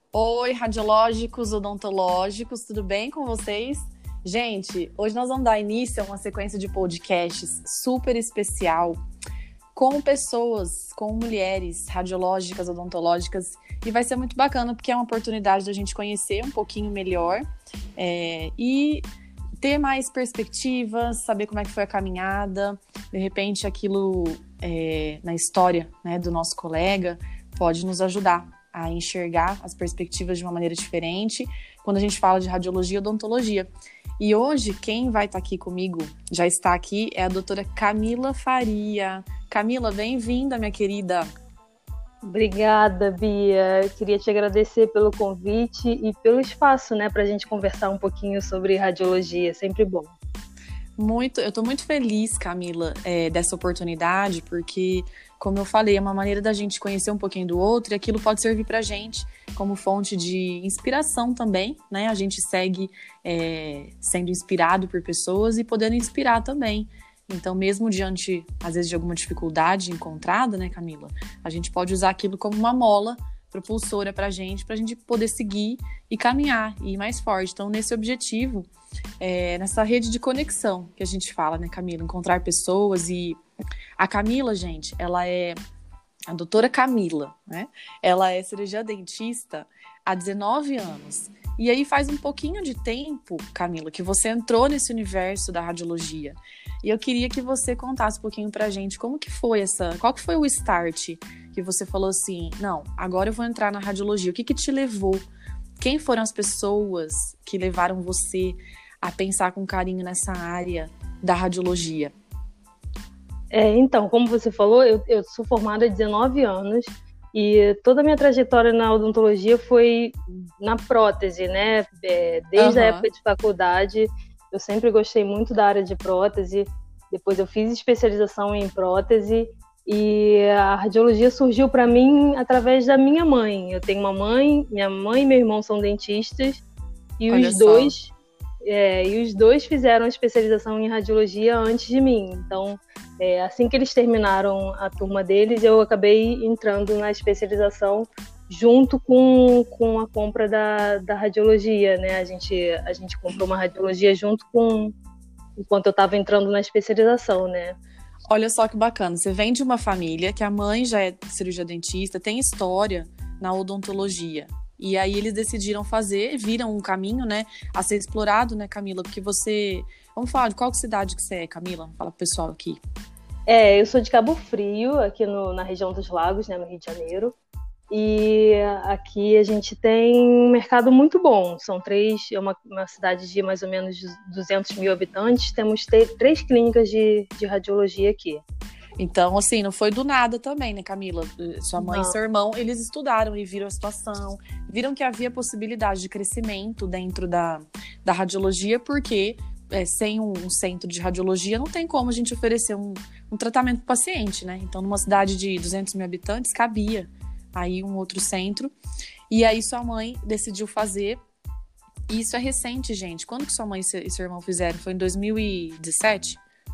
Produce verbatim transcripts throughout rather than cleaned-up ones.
Oi, radiológicos, odontológicos, tudo bem com vocês? Gente, hoje nós vamos dar início a uma sequência de podcasts super especial com pessoas, com mulheres radiológicas, odontológicas, e vai ser muito bacana porque é uma oportunidade da gente conhecer um pouquinho melhor é, e ter mais perspectivas, saber como é que foi a caminhada, de repente aquilo é, na história, né, do nosso colega pode nos ajudar a enxergar as perspectivas de uma maneira diferente quando a gente fala de radiologia e odontologia. E hoje, quem vai estar aqui comigo, já está aqui, é a doutora Camila Faria. Camila, bem-vinda, minha querida. Obrigada, Bia. Eu queria te agradecer pelo convite e pelo espaço, né, para a gente conversar um pouquinho sobre radiologia, sempre bom. Muito, eu estou muito feliz, Camila, é, dessa oportunidade, porque, como eu falei, é uma maneira da gente conhecer um pouquinho do outro e aquilo pode servir para a gente como fonte de inspiração também, né? A gente segue é, sendo inspirado por pessoas e podendo inspirar também. Então, mesmo diante, às vezes, de alguma dificuldade encontrada, né, Camila? A gente pode usar aquilo como uma mola propulsora para a gente, para a gente poder seguir e caminhar e ir mais forte. Então, nesse objetivo, é, nessa rede de conexão que a gente fala, né, Camila? Encontrar pessoas e... A Camila, gente, ela é a doutora Camila, né? Ela é cirurgiã dentista há dezenove anos. E aí faz um pouquinho de tempo, Camila, que você entrou nesse universo da radiologia. E eu queria que você contasse um pouquinho pra gente como que foi essa... Qual que foi o start que você falou assim, não, agora eu vou entrar na radiologia. O que que te levou? Quem foram as pessoas que levaram você a pensar com carinho nessa área da radiologia? É, então, como você falou, eu, eu sou formada há dezenove anos e toda a minha trajetória na odontologia foi na prótese, né? É, desde uhum. a época de faculdade, eu sempre gostei muito da área de prótese. Depois eu fiz especialização em prótese e a radiologia surgiu para mim através da minha mãe. Eu tenho uma mãe, minha mãe e meu irmão são dentistas e Olha os só. dois... É, e os dois fizeram a especialização em radiologia antes de mim. Então, é, assim que eles terminaram a turma deles, eu acabei entrando na especialização junto com, com a compra da, da radiologia, né? A gente, a gente comprou uma radiologia junto com... enquanto eu estava entrando na especialização, né? Olha só que bacana. Você vem de uma família que a mãe já é cirurgia dentista, tem história na odontologia. E aí eles decidiram fazer, viram um caminho, né, a ser explorado, né, Camila? Porque você... Vamos falar de qual cidade que você é, Camila? Fala pro pessoal aqui. É, eu sou de Cabo Frio, aqui no, na região dos Lagos, né, no Rio de Janeiro. E aqui a gente tem um mercado muito bom. São três... É uma, uma cidade de mais ou menos duzentos mil habitantes. Temos te, três clínicas de, de radiologia aqui. Então, assim, não foi do nada também, né, Camila? Sua mãe Não. e seu irmão, eles estudaram e viram a situação, viram que havia possibilidade de crescimento dentro da, da radiologia, porque é, sem um, um centro de radiologia não tem como a gente oferecer um, um tratamento para o paciente, né? Então, numa cidade de duzentos mil habitantes, cabia aí um outro centro. E aí sua mãe decidiu fazer. E isso é recente, gente. Quando que sua mãe e seu irmão fizeram? Foi em dois mil e dezessete?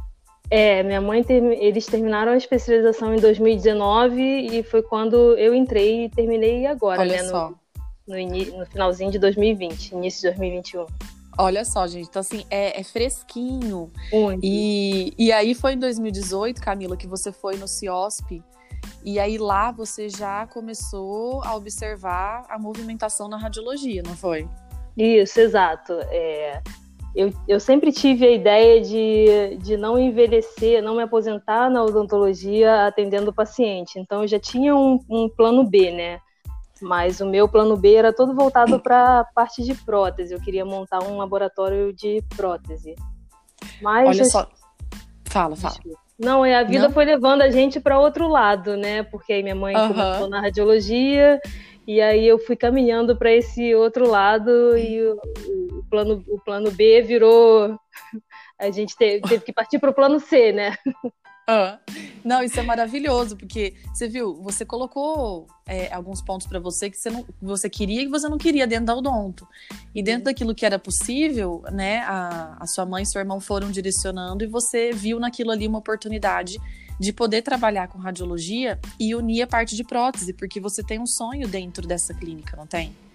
É, minha mãe, eles terminaram a especialização em dois mil e dezenove e foi quando eu entrei e terminei agora, Olha né? só. No, no, no finalzinho de dois mil e vinte, início de dois mil e vinte e um. Olha só, gente, então assim, é, é fresquinho. Muito. E, e aí foi em dois mil e dezoito, Camila, que você foi no CIOSP, e aí lá você já começou a observar a movimentação na radiologia, não foi? Isso, exato. É... Eu, eu sempre tive a ideia de, de não envelhecer, não me aposentar na odontologia atendendo o paciente. Então, eu já tinha um, um plano B, né? Mas o meu plano B era todo voltado para a parte de prótese. Eu queria montar um laboratório de prótese. Mas, Olha só. Fala, fala. Não, a vida não? foi levando a gente para outro lado, né? Porque aí minha mãe uhum. começou na radiologia... E aí eu fui caminhando para esse outro lado e o, o, plano, o plano B virou... A gente teve, teve que partir para o plano C, né? Ah, não, isso é maravilhoso, porque você viu, você colocou é, alguns pontos para você que você, não, você queria e que você não queria dentro da odonto. E dentro daquilo que era possível, né, a, a sua mãe e seu irmão foram direcionando e você viu naquilo ali uma oportunidade de poder trabalhar com radiologia e unir a parte de prótese, porque você tem um sonho dentro dessa clínica, não tem?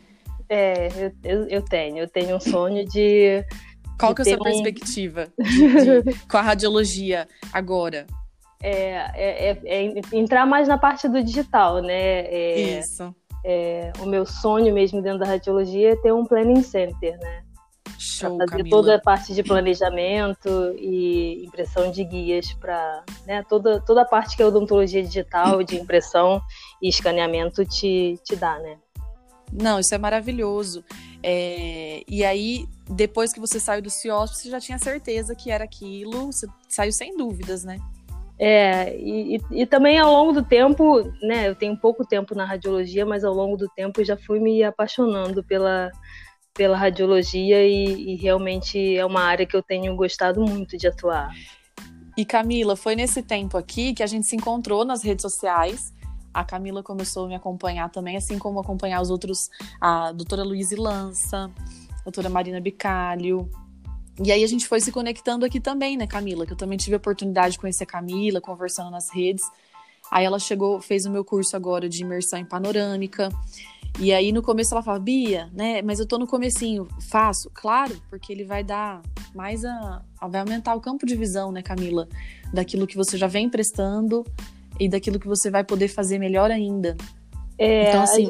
É, eu, eu, eu tenho. Eu tenho um sonho de... Qual de que é a sua ter um- perspectiva de- de- com a radiologia agora? É, é, é- é entrar mais na parte do digital, né? É, Isso. o meu sonho mesmo dentro da radiologia é ter um planning center, né? Para Show, fazer Camila. toda a parte de planejamento e impressão de guias para, né, toda, toda a parte que a odontologia digital, de impressão e escaneamento te, te dá, né? Não, isso é maravilhoso. É, e aí, depois que você saiu do CIOSP, você já tinha certeza que era aquilo, você saiu sem dúvidas, né? É, e, e, e também ao longo do tempo, né, eu tenho pouco tempo na radiologia, mas ao longo do tempo eu já fui me apaixonando pela, pela radiologia e, e realmente é uma área que eu tenho gostado muito de atuar. E Camila, foi nesse tempo aqui que a gente se encontrou nas redes sociais. A Camila começou a me acompanhar também, assim como acompanhar os outros, a doutora Luísa Lança, a doutora Marina Bicalho. E aí a gente foi se conectando aqui também, né, Camila? Que eu também tive a oportunidade de conhecer a Camila, conversando nas redes. Aí ela chegou, fez o meu curso agora de imersão em panorâmica. E aí no começo ela fala, Bia, né, mas eu tô no comecinho. Faço? Claro, porque ele vai dar mais a... vai aumentar o campo de visão, né, Camila? Daquilo que você já vem prestando e daquilo que você vai poder fazer melhor ainda. É, então, assim,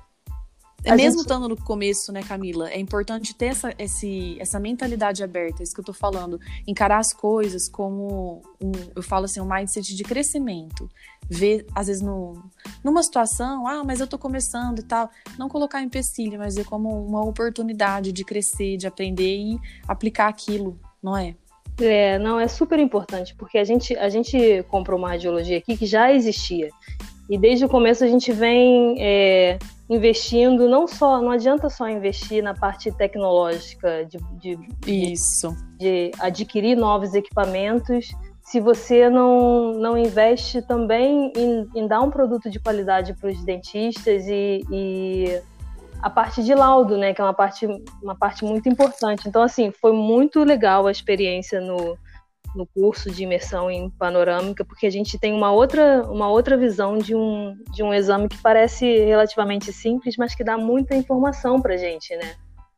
a mesmo gente... estando no começo, né, Camila, é importante ter essa, esse, essa mentalidade aberta, isso que eu tô falando. Encarar as coisas como, um, eu falo assim, um mindset de crescimento. Ver, às vezes, no, numa situação, ah, mas eu tô começando e tal. Não colocar empecilho, mas ver como uma oportunidade de crescer, de aprender e aplicar aquilo, não é? É, não, é super importante, porque a gente, a gente comprou uma radiologia aqui que já existia. E desde o começo a gente vem é, investindo, não só, não adianta só investir na parte tecnológica de, de, Isso. de, de adquirir novos equipamentos, se você não, não investe também em, em dar um produto de qualidade para os dentistas e, e a parte de laudo, né, que é uma parte, uma parte muito importante. Então, assim, foi muito legal a experiência no, no curso de imersão em panorâmica, porque a gente tem uma outra, uma outra visão de um, de um exame que parece relativamente simples, mas que dá muita informação pra gente, né?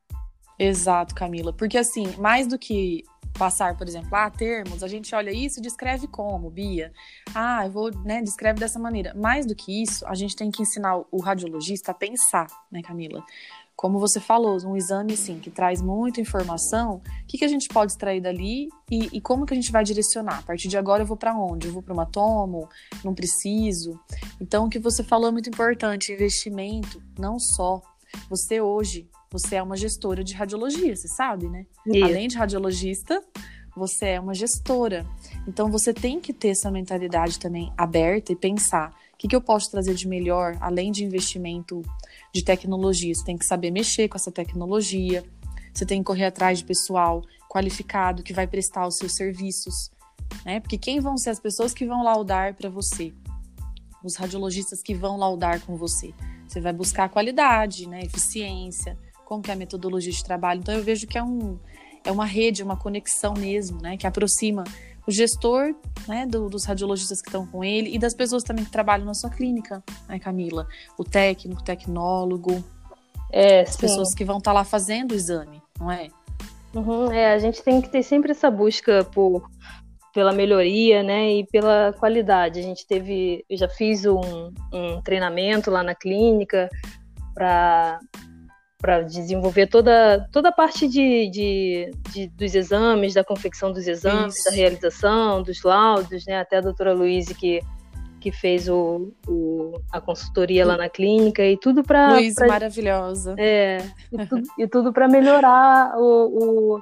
Exato, Camila. Porque, assim, mais do que passar, por exemplo, ah, termos, a gente olha isso e descreve como, Bia. Ah, eu vou, né, descreve dessa maneira. Mais do que isso, a gente tem que ensinar o radiologista a pensar, né, Camila? Como você falou, um exame, assim, que traz muita informação, o que, que a gente pode extrair dali e, e como que a gente vai direcionar? A partir de agora eu vou para onde? Eu vou para uma tomo? Não preciso? Então, o que você falou é muito importante, investimento, não só. Você hoje, você é uma gestora de radiologia, você sabe, né? Isso. Além de radiologista, você é uma gestora. Então, você tem que ter essa mentalidade também aberta e pensar o que, que eu posso trazer de melhor, além de investimento de tecnologia. Você tem que saber mexer com essa tecnologia, você tem que correr atrás de pessoal qualificado que vai prestar os seus serviços, né? Porque quem vão ser as pessoas que vão laudar para você? Os radiologistas que vão laudar com você. Você vai buscar qualidade, né? Eficiência, como que é a metodologia de trabalho. Então, eu vejo que é, um, é uma rede, uma conexão mesmo, né? Que aproxima o gestor, né, do, dos radiologistas que estão com ele e das pessoas também que trabalham na sua clínica, né, Camila? O técnico, o tecnólogo, é, as sim. pessoas que vão estar lá fazendo o exame, não é? Uhum, é, a gente tem que ter sempre essa busca por, pela melhoria, né, e pela qualidade. A gente teve, eu já fiz um, um treinamento lá na clínica para para desenvolver toda, toda a parte de, de, de, dos exames, da confecção dos exames, Isso. da realização, dos laudos, né? Até a doutora Luísa que, que fez o, o, a consultoria lá na clínica e tudo para... Luísa, maravilhosa. É, e tudo, e tudo para melhorar o, o,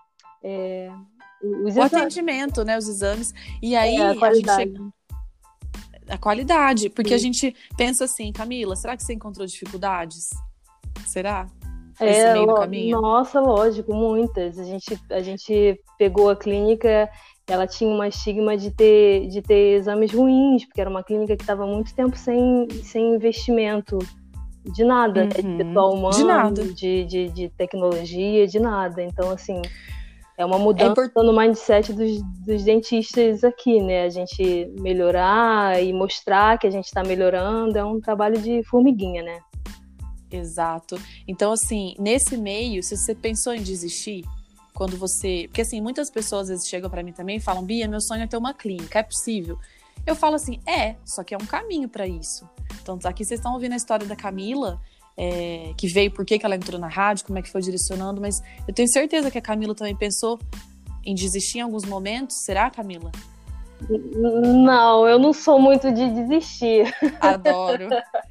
é, os o exames. atendimento, né? Os exames. E aí, é, a qualidade. a gente chega... A qualidade, porque Sim. a gente pensa assim, Camila, será que você encontrou dificuldades? Será? É, Esse meio do caminho? Nossa, lógico, muitas. A gente, a gente pegou a clínica, ela tinha uma estigma de ter, de ter exames ruins, porque era uma clínica que estava muito tempo sem, sem investimento de nada, uhum. né? De pessoal humano, de, nada. De, de, de tecnologia, de nada. Então, assim, é uma mudança é import... no mindset dos, dos dentistas aqui, né? A gente melhorar e mostrar que a gente está melhorando é um trabalho de formiguinha, né? Exato. Então, assim, nesse meio, se você pensou em desistir, quando você... Porque, assim, muitas pessoas às vezes chegam pra mim também e falam, Bia, meu sonho é ter uma clínica, é possível? Eu falo assim, é, só que é um caminho pra isso. Então, aqui vocês estão ouvindo a história da Camila, é, que veio, por que que ela entrou na rádio, como é que foi direcionando, mas eu tenho certeza que a Camila também pensou em desistir em alguns momentos. Será, Camila? Não, eu não sou muito de desistir. Adoro.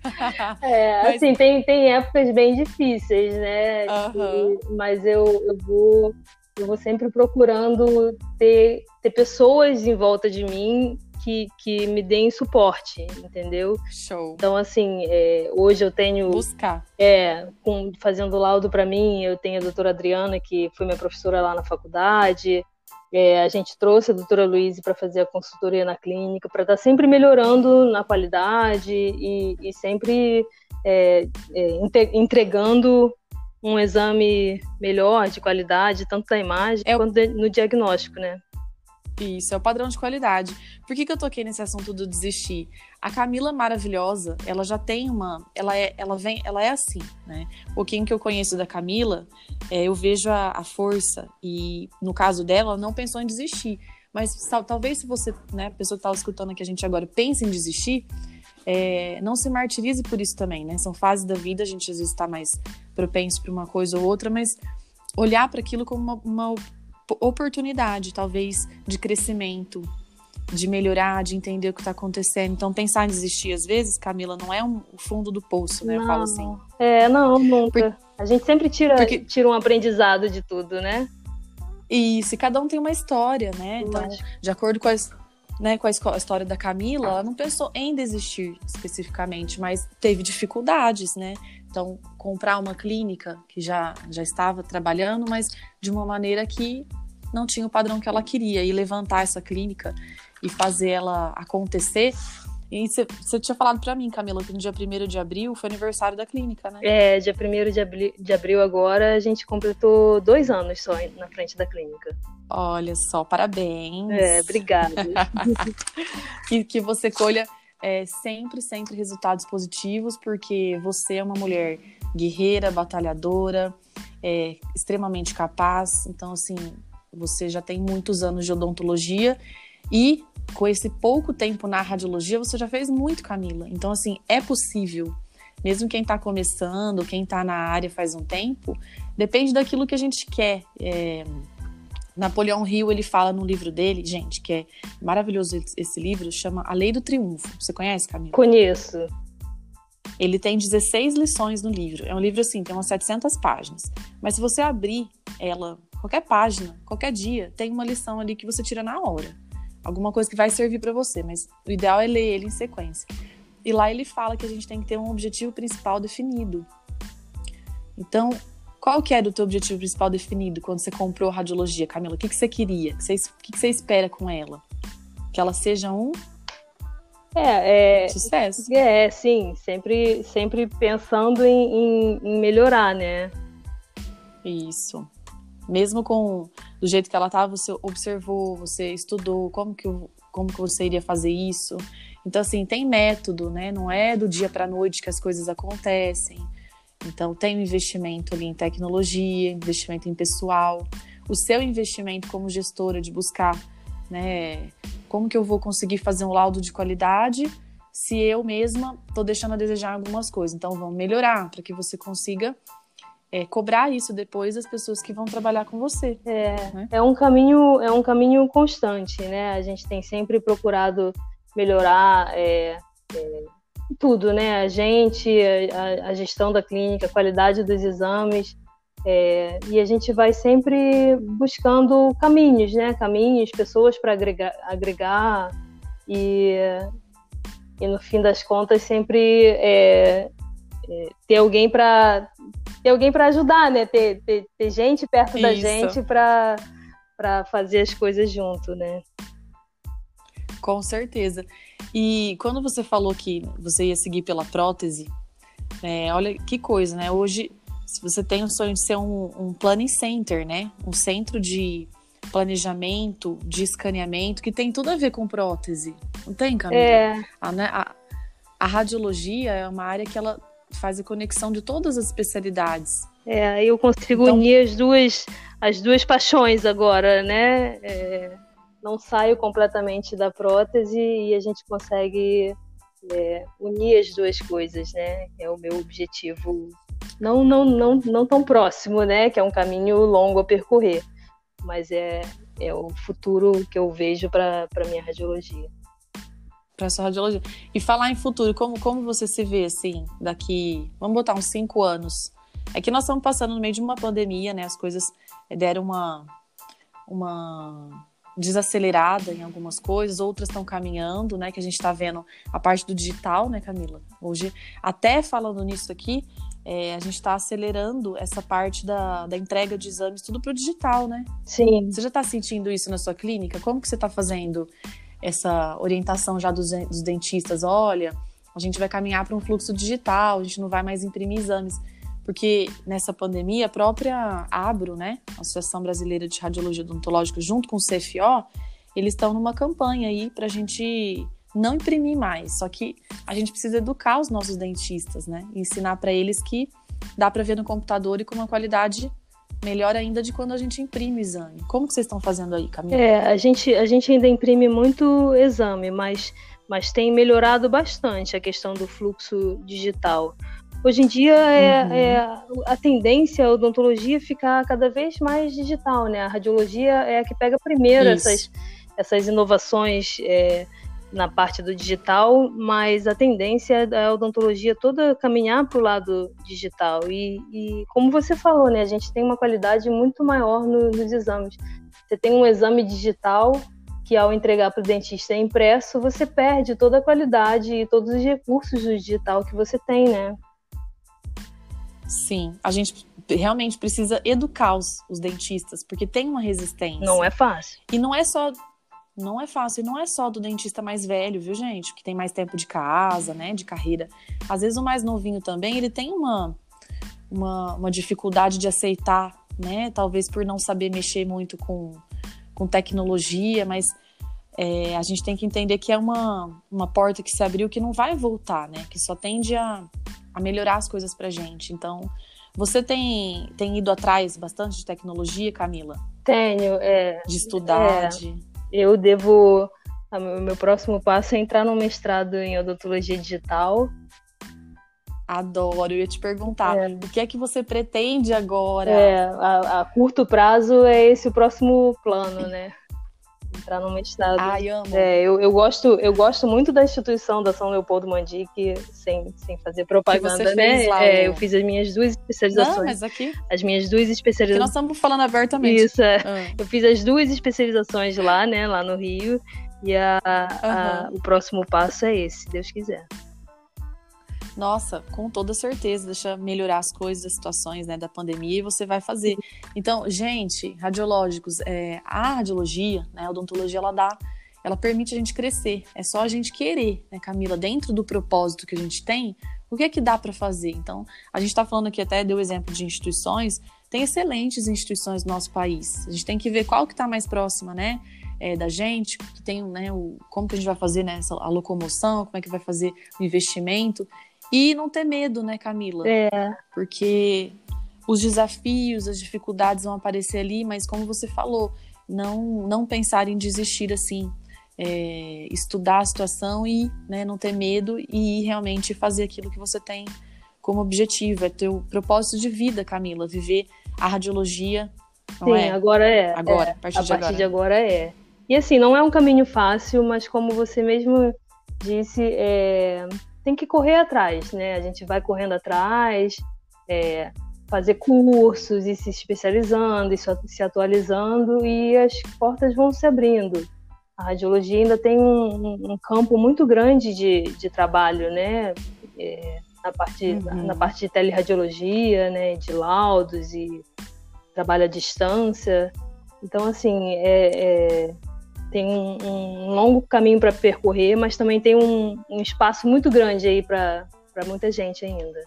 É, Mas... assim, tem, tem épocas bem difíceis, né? Uhum. E, mas eu, eu, vou, eu vou sempre procurando ter, ter pessoas em volta de mim que, que me deem suporte, entendeu? Show. Então, assim, é, hoje eu tenho... Buscar. É, com, fazendo laudo para mim, eu tenho a doutora Adriana, que foi minha professora lá na faculdade. É, a gente trouxe a doutora Luíse para fazer a consultoria na clínica, para estar sempre melhorando na qualidade e, e sempre é, é, entregando um exame melhor, de qualidade, tanto da imagem é quanto o... no diagnóstico, né? Isso, é o padrão de qualidade. Por que que eu toquei nesse assunto do desistir? A Camila maravilhosa, ela já tem uma... Ela é, ela vem, ela é assim, né? Um pouquinho que eu conheço da Camila, é, eu vejo a, a força e, no caso dela, ela não pensou em desistir. Mas talvez se você, né, a pessoa que está escutando aqui a gente agora, pense em desistir, é, não se martirize por isso também, né? São fases da vida, a gente às vezes está mais propenso para uma coisa ou outra, mas olhar para aquilo como uma... uma oportunidade, talvez, de crescimento, de melhorar, de entender o que está acontecendo. Então, pensar em desistir, às vezes, Camila, não é um, o fundo do poço, né? Não. Eu falo assim. É, não, nunca. Por... A gente sempre tira, Porque... tira um aprendizado de tudo, né? Isso, e cada um tem uma história, né? Então, de acordo com, as, né, com a história da Camila, ela não pensou em desistir especificamente, mas teve dificuldades, né? Então, comprar uma clínica que já, já estava trabalhando, mas de uma maneira que não tinha o padrão que ela queria. E levantar essa clínica e fazer ela acontecer. E você tinha falado para mim, Camila, que no dia primeiro de abril foi aniversário da clínica, né? É, dia primeiro de abril, de abril agora, a gente completou dois anos só na frente da clínica. Olha só, parabéns. É, obrigada. que, que você colha... É, sempre, sempre resultados positivos, porque você é uma mulher guerreira, batalhadora, é, extremamente capaz. Então, assim, você já tem muitos anos de odontologia e com esse pouco tempo na radiologia, você já fez muito, Camila. Então, assim, é possível. Mesmo quem está começando, quem está na área faz um tempo, depende daquilo que a gente quer. É... Napoleão Hill, ele fala no livro dele, gente, que é maravilhoso esse livro, chama A Lei do Triunfo. Você conhece, Camila? Conheço. Ele tem dezesseis lições no livro. É um livro assim, tem umas setecentas páginas. Mas se você abrir ela, qualquer página, qualquer dia, tem uma lição ali que você tira na hora. Alguma coisa que vai servir para você, mas o ideal é ler ele em sequência. E lá ele fala que a gente tem que ter um objetivo principal definido. Então, qual que era o teu objetivo principal definido quando você comprou a radiologia, Camila? O que, que você queria? O que você, o que, que você espera com ela? Que ela seja um é, é, sucesso. É, sim. Sempre, sempre pensando em, em, em melhorar, né? Isso. Mesmo com do jeito que ela estava, você observou, você estudou como que, como que você iria fazer isso. Então, assim, tem método, né? Não é do dia para a noite que as coisas acontecem. Então, tem um investimento ali em tecnologia, investimento em pessoal. O seu investimento como gestora de buscar, né, como que eu vou conseguir fazer um laudo de qualidade se eu mesma estou deixando a desejar algumas coisas. Então, vamos melhorar para que você consiga é, cobrar isso depois das pessoas que vão trabalhar com você. É, né? é, um caminho, é um caminho constante, né? A gente tem sempre procurado melhorar... É, é... tudo, né? A gente, a, a gestão da clínica, a qualidade dos exames, é, e a gente vai sempre buscando caminhos, né? Caminhos, pessoas para agregar, agregar e, e no fim das contas sempre é, é, ter alguém para ter alguém para ajudar, né? Ter, ter, ter gente perto da Isso. gente para para fazer as coisas junto, né? Com certeza. E quando você falou que você ia seguir pela prótese, é, olha que coisa, né? Hoje, se você tem o sonho de ser um, um planning center, né? Um centro de planejamento, de escaneamento, que tem tudo a ver com prótese. Não tem, Camila? É. A, né, a, a radiologia é uma área que ela faz a conexão de todas as especialidades. É, aí eu consigo então, unir as duas, as duas paixões agora, né? É, não saio completamente da prótese e a gente consegue é, unir as duas coisas, né? É o meu objetivo, não, não, não, não tão próximo, né? Que é um caminho longo a percorrer, mas é, é o futuro que eu vejo para a minha radiologia. Para sua radiologia. E falar em futuro, como, como você se vê, assim, daqui, vamos botar uns cinco anos? É que nós estamos passando no meio de uma pandemia, né? As coisas deram uma, uma desacelerada em algumas coisas, outras estão caminhando, né? Que a gente está vendo a parte do digital, né, Camila? Hoje, até falando nisso aqui, é, a gente está acelerando essa parte da, da entrega de exames, tudo para o digital, né? Sim. Você já está sentindo isso na sua clínica? Como que você está fazendo essa orientação já dos, dos dentistas? Olha, a gente vai caminhar para um fluxo digital, a gente não vai mais imprimir exames. Porque nessa pandemia, a própria ABRO, né, Associação Brasileira de Radiologia Odontológica, junto com o C F O, eles estão numa campanha aí para a gente não imprimir mais. Só que a gente precisa educar os nossos dentistas, né, e ensinar para eles que dá para ver no computador e com uma qualidade melhor ainda de quando a gente imprime o exame. Como que vocês estão fazendo aí, Camila? É, a gente, a gente ainda imprime muito exame, mas, mas tem melhorado bastante a questão do fluxo digital. Hoje em dia, é, uhum. é, a tendência, a odontologia, ficar cada vez mais digital, né? A radiologia é a que pega primeiro essas, essas inovações é, na parte do digital, mas a tendência é a odontologia toda caminhar para o lado digital. E, e, como você falou, né? A gente tem uma qualidade muito maior no, nos exames. Você tem um exame digital que, ao entregar para o dentista impresso, você perde toda a qualidade e todos os recursos do digital que você tem, né? Sim, a gente realmente precisa educar os, os dentistas, porque tem uma resistência. Não é fácil. E não é só, não é fácil, e não é só do dentista mais velho, viu, gente? Que tem mais tempo de casa, né, de carreira. Às vezes o mais novinho também, ele tem uma, uma, uma dificuldade de aceitar, né? Talvez por não saber mexer muito com, com tecnologia, mas é, a gente tem que entender que é uma, uma porta que se abriu que não vai voltar, né? Que só tende a... a melhorar as coisas pra gente. Então, você tem, tem ido atrás bastante de tecnologia, Camila? Tenho, é. De estudar, é, de... Eu devo... O meu próximo passo é entrar no mestrado em odontologia digital. Adoro, eu ia te perguntar, é. o que é que você pretende agora? É, a, a curto prazo é esse o próximo plano, né? Entrar no mestrado. Ai, amo. É, eu, eu, gosto, eu gosto muito da instituição da São Leopoldo Mandic, sem, sem fazer propaganda, que você né? Fez lá, é, o... Eu fiz as minhas duas especializações. Não, mas aqui... As minhas duas especializações. Porque nós estamos falando abertamente. Isso, é. Ah. Eu fiz as duas especializações lá, né? Lá no Rio. E a, uhum. a, o próximo passo é esse, se Deus quiser. Nossa, com toda certeza, deixa melhorar as coisas, as situações, né, da pandemia, e você vai fazer. Então, gente, radiológicos, é, a radiologia, né, a odontologia, ela dá, ela permite a gente crescer. É só a gente querer, né, Camila, dentro do propósito que a gente tem, o que é que dá para fazer? Então, a gente está falando aqui, até deu exemplo de instituições, tem excelentes instituições no nosso país. A gente tem que ver qual que está mais próxima, né, é, da gente, que tem, né, o, como que a gente vai fazer, né, a locomoção, como é que vai fazer o investimento. E não ter medo, né, Camila? É. Porque os desafios, as dificuldades vão aparecer ali, mas como você falou, não, não pensar em desistir assim, é, estudar a situação e, né, não ter medo e ir realmente fazer aquilo que você tem como objetivo, é ter o propósito de vida, Camila, viver a radiologia, não Sim, é? agora é. Agora, é. a partir, a de, partir agora. de agora é. E assim, não é um caminho fácil, mas como você mesmo disse, é... tem que correr atrás, né? A gente vai correndo atrás, é, fazer cursos e se especializando e se atualizando e as portas vão se abrindo. A radiologia ainda tem um, um campo muito grande de, de trabalho, né? É, na, parte, uhum. na parte de teleradiologia, né? De laudos e trabalho à distância. Então, assim, é... é tem um, um longo caminho para percorrer, mas também tem um, um espaço muito grande aí para muita gente ainda.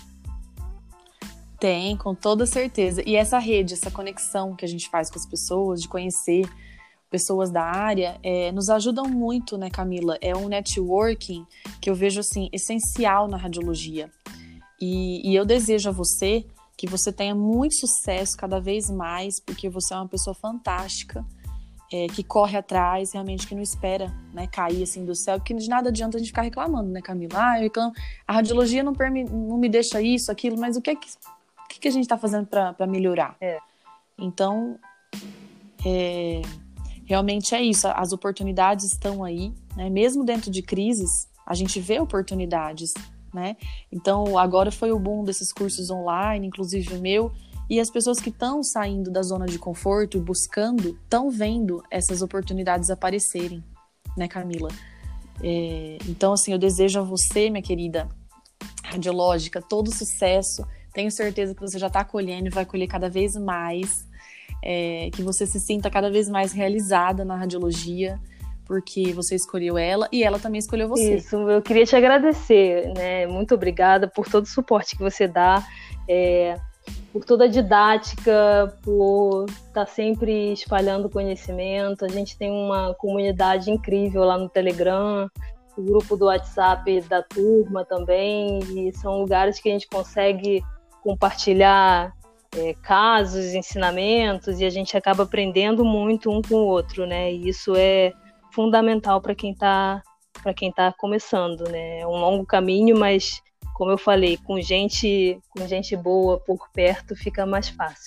Tem, com toda certeza. E essa rede, essa conexão que a gente faz com as pessoas, de conhecer pessoas da área, é, nos ajudam muito, né, Camila? É um networking que eu vejo, assim, essencial na radiologia. E, e eu desejo a você que você tenha muito sucesso cada vez mais, porque você é uma pessoa fantástica, é, que corre atrás, realmente que não espera, né, cair assim do céu, porque de nada adianta a gente ficar reclamando, né, Camila? Ah, eu reclamo, a radiologia não, permi, não me deixa isso, aquilo, mas o que é que, o que, é que a gente está fazendo para melhorar? É. Então, é, realmente é isso, as oportunidades estão aí, né? Mesmo dentro de crises, a gente vê oportunidades, né? Então, agora foi o boom desses cursos online, inclusive o meu, e as pessoas que estão saindo da zona de conforto, buscando, estão vendo essas oportunidades aparecerem, né, Camila? É, então, assim, eu desejo a você, minha querida radiológica, todo sucesso. Tenho certeza que você já está colhendo e vai colher cada vez mais, é, que você se sinta cada vez mais realizada na radiologia, porque você escolheu ela e ela também escolheu você. Isso, eu queria te agradecer, né? Muito obrigada por todo o suporte que você dá, é, por toda a didática, por estar sempre espalhando conhecimento. A gente tem uma comunidade incrível lá no Telegram, o grupo do WhatsApp da turma também, e são lugares que a gente consegue compartilhar é, casos, ensinamentos, e a gente acaba aprendendo muito um com o outro, né? E isso é fundamental para quem está para quem tá começando, né? É um longo caminho, mas como eu falei, com gente com gente boa por perto fica mais fácil.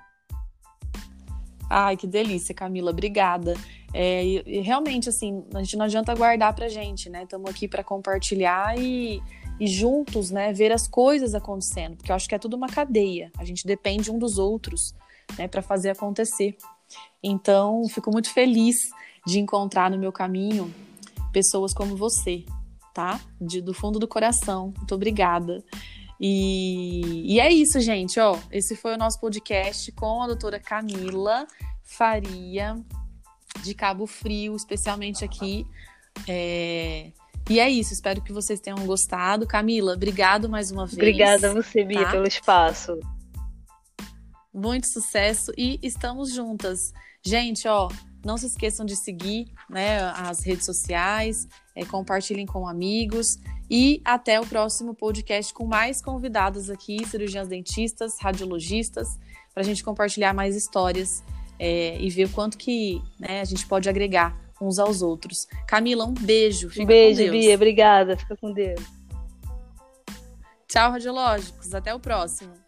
Ai, que delícia, Camila, obrigada. É, e, e realmente, assim, a gente não adianta guardar pra gente, né? Estamos aqui para compartilhar e, e juntos, né, ver as coisas acontecendo, porque eu acho que é tudo uma cadeia. A gente depende um dos outros, né, para fazer acontecer. Então, fico muito feliz de encontrar no meu caminho pessoas como você, tá? De, do fundo do coração. Muito obrigada. E, e é isso, gente, ó. Esse foi o nosso podcast com a doutora Camila Faria, de Cabo Frio, especialmente aqui. É... E é isso, espero que vocês tenham gostado. Camila, obrigado mais uma vez. Obrigada a você, Bia, tá? pelo espaço. Muito sucesso e estamos juntas. Gente, ó, não se esqueçam de seguir, né, as redes sociais, é, compartilhem com amigos e até o próximo podcast com mais convidados aqui, cirurgiãs dentistas, radiologistas, para a gente compartilhar mais histórias é, e ver o quanto que, né, a gente pode agregar uns aos outros. Camila, um beijo. Fica beijo, com Deus. Bia. Obrigada. Fica com Deus. Tchau, radiológicos. Até o próximo.